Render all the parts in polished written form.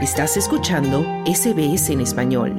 Estás escuchando SBS en español.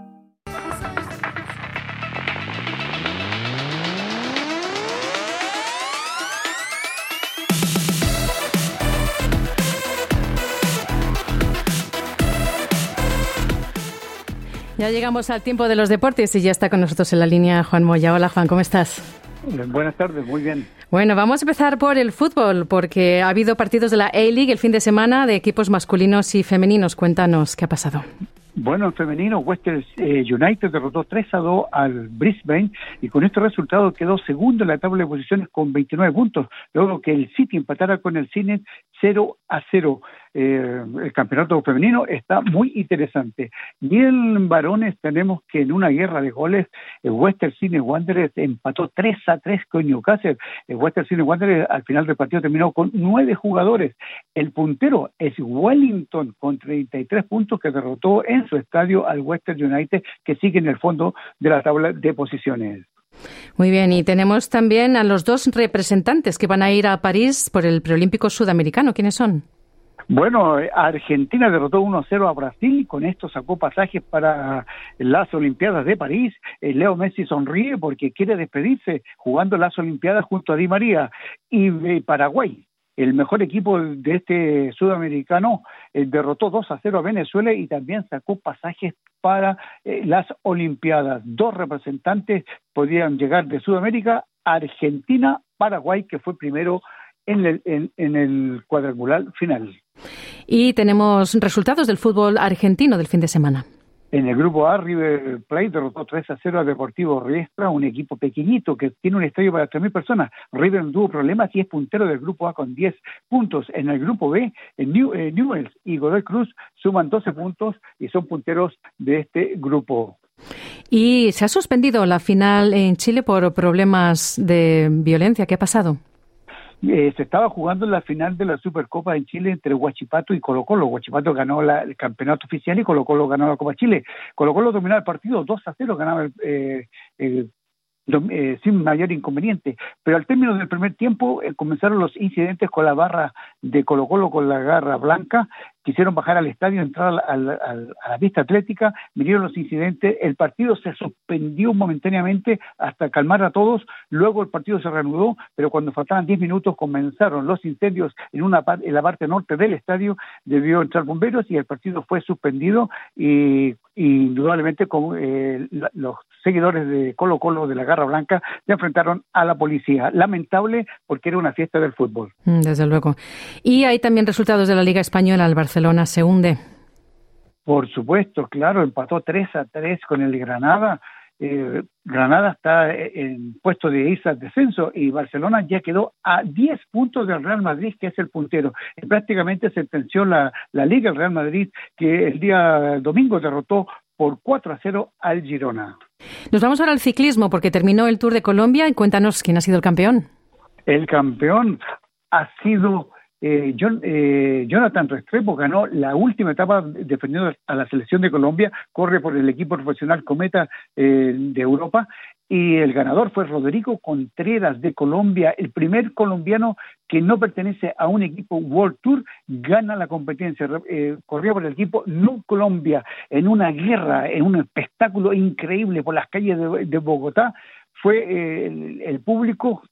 Ya llegamos al tiempo de los deportes y ya está con nosotros en la línea Juan Moya. Hola Juan, ¿cómo estás? Buenas tardes, muy bien. Bueno, vamos a empezar por el fútbol, porque ha habido partidos de la A-League el fin de semana de equipos masculinos y femeninos. Cuéntanos, ¿qué ha pasado? Bueno, en femenino, Western United derrotó 3-2 al Brisbane y con este resultado quedó segundo en la tabla de posiciones con 29 puntos, luego que el City empatara con el Cine 0-0. El campeonato femenino está muy interesante. Y en varones tenemos que en una guerra de goles, el Western Sydney Wanderers empató 3-3 con Newcastle. El Western Sydney Wanderers al final del partido terminó con 9 jugadores. El puntero es Wellington con 33 puntos, que derrotó en su estadio al Western United, que sigue en el fondo de la tabla de posiciones. Muy bien, y tenemos también a los dos representantes que van a ir a París por el preolímpico sudamericano. ¿Quiénes son? Bueno, Argentina derrotó 1-0 a Brasil y con esto sacó pasajes para las Olimpiadas de París. Leo Messi sonríe porque quiere despedirse jugando las Olimpiadas junto a Di María. Y Paraguay, el mejor equipo de este sudamericano, derrotó 2-0 a Venezuela y también sacó pasajes para las Olimpiadas. Dos representantes podían llegar de Sudamérica: Argentina, Paraguay, que fue primero en el cuadrangular final. Y tenemos resultados del fútbol argentino del fin de semana. En el grupo A, River Plate derrotó 3-0 a Deportivo Riestra, un equipo pequeñito que tiene un estadio para 3.000 personas. River no tuvo problemas y es puntero del grupo A con 10 puntos. En el grupo B, Newell's y Godoy Cruz suman 12 puntos y son punteros de este grupo. Y se ha suspendido la final en Chile por problemas de violencia. ¿Qué ha pasado? Se estaba jugando la final de la Supercopa en Chile entre Huachipato y Colo-Colo. Huachipato ganó el campeonato oficial y Colo-Colo ganó la Copa Chile. Colo-Colo dominaba el partido 2-0, ganaba sin mayor inconveniente, pero al término del primer tiempo comenzaron los incidentes con la barra de Colo-Colo, con la garra blanca. Quisieron bajar al estadio, entrar a la pista atlética, vinieron los incidentes, el partido se suspendió momentáneamente hasta calmar a todos, luego el partido se reanudó, pero cuando faltaban 10 minutos comenzaron los incendios en la parte norte del estadio, debió entrar bomberos y el partido fue suspendido y indudablemente los seguidores de Colo-Colo, de la Garra Blanca, se enfrentaron a la policía. Lamentable, porque era una fiesta del fútbol. Desde luego. Y hay también resultados de la Liga Española. El Barcelona se hunde. Por supuesto, claro, empató 3-3 con el Granada. Granada está en puesto de irse al descenso y Barcelona ya quedó a 10 puntos del Real Madrid, que es el puntero. Prácticamente sentenció la Liga el Real Madrid, que el día domingo derrotó por 4-0 al Girona. Nos vamos ahora al ciclismo porque terminó el Tour de Colombia y cuéntanos quién ha sido el campeón. El campeón ha sido Jonathan Restrepo, ganó la última etapa defendiendo a la selección de Colombia, corre por el equipo profesional Cometa de Europa, y el ganador fue Rodrigo Contreras de Colombia, el primer colombiano que no pertenece a un equipo World Tour, gana la competencia. Corría por el equipo Nu Colombia en una guerra, en un espectáculo increíble por las calles de Bogotá. Fue el público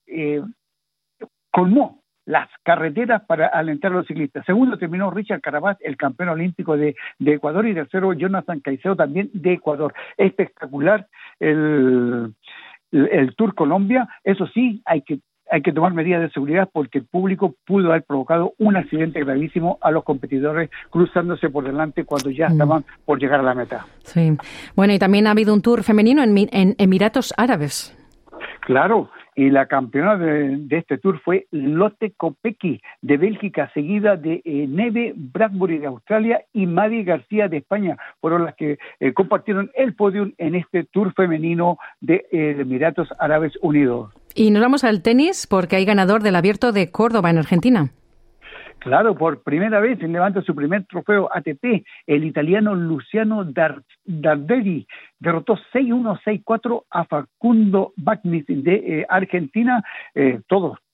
colmó las carreteras para alentar a los ciclistas. Segundo terminó Richard Carapaz, el campeón olímpico de Ecuador, y tercero Jonathan Caicedo, también de Ecuador. Espectacular el Tour Colombia. Eso sí, hay que tomar medidas de seguridad porque el público pudo haber provocado un accidente gravísimo a los competidores cruzándose por delante cuando ya estaban por llegar a la meta. Sí. Bueno, y también ha habido un Tour femenino en Emiratos Árabes. Claro, y la campeona de este Tour fue Lotte Kopecky de Bélgica, seguida de Neve Bradbury de Australia y Madi García de España. Fueron las que compartieron el podio en este Tour femenino de Emiratos Árabes Unidos. Y nos vamos al tenis porque hay ganador del Abierto de Córdoba en Argentina. Claro, por primera vez levanta su primer trofeo ATP. El italiano Luciano Darderi derrotó 6-1, 6-4 a Facundo Bagnis de Argentina. Todos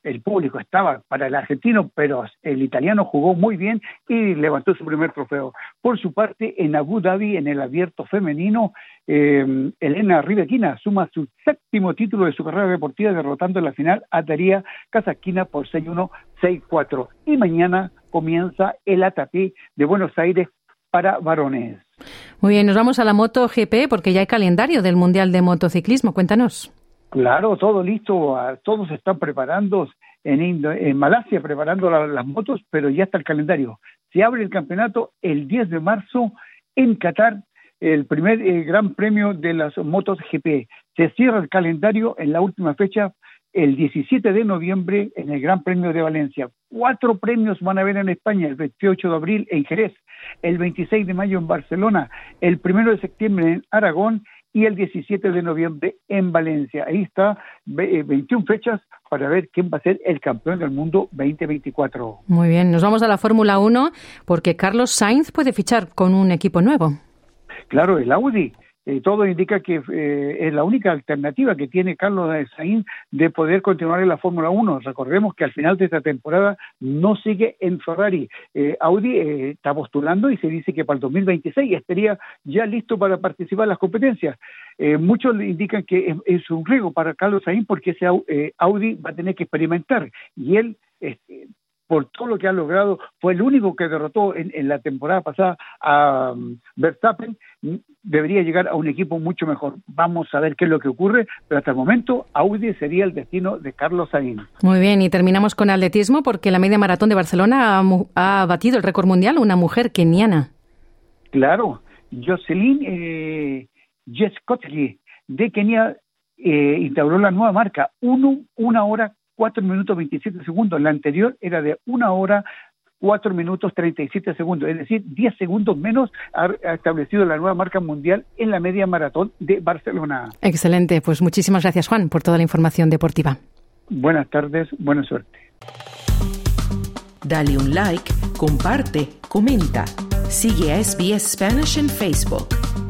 el público estaba para el argentino, pero el italiano jugó muy bien y levantó su primer trofeo. Por su parte, en Abu Dhabi, en el abierto femenino, Elena Rybakina suma su 7º título de su carrera deportiva, derrotando en la final a Daria Kasatkina por 6-1, 6-4. Y mañana comienza el ATP de Buenos Aires para varones. Muy bien, nos vamos a la MotoGP porque ya hay calendario del Mundial de Motociclismo. Cuéntanos. Claro, todo listo, todos se están preparando en Malasia, preparando las motos, pero ya está el calendario. Se abre el campeonato el 10 de marzo en Qatar, el primer gran premio de las motos GP. Se cierra el calendario en la última fecha, el 17 de noviembre, en el Gran Premio de Valencia. 4 premios van a haber en España, el 28 de abril en Jerez, el 26 de mayo en Barcelona, el 1 de septiembre en Aragón, y el 17 de noviembre en Valencia. Ahí está, 21 fechas para ver quién va a ser el campeón del mundo 2024. Muy bien, nos vamos a la Fórmula 1 porque Carlos Sainz puede fichar con un equipo nuevo. Claro, el Audi. Todo indica que es la única alternativa que tiene Carlos Sainz de poder continuar en la Fórmula 1. Recordemos que al final de esta temporada no sigue en Ferrari. Audi está postulando y se dice que para el 2026 estaría ya listo para participar en las competencias. Muchos le indican que es un riesgo para Carlos Sainz porque ese Audi va a tener que experimentar y él por todo lo que ha logrado, fue el único que derrotó en la temporada pasada a Verstappen, debería llegar a un equipo mucho mejor. Vamos a ver qué es lo que ocurre, pero hasta el momento Audi sería el destino de Carlos Sainz. Muy bien, y terminamos con atletismo porque la media maratón de Barcelona ha batido el récord mundial una mujer keniana. Claro, Jocelyn Jeskotli de Kenia instauró la nueva marca, 1 hora 4 minutos 27 segundos. La anterior era de 1 hora 4 minutos 37 segundos, es decir, 10 segundos menos ha establecido la nueva marca mundial en la media maratón de Barcelona. Excelente, pues muchísimas gracias, Juan, por toda la información deportiva. Buenas tardes, buena suerte. Dale un like, comparte, comenta. Sigue a SBS Spanish en Facebook.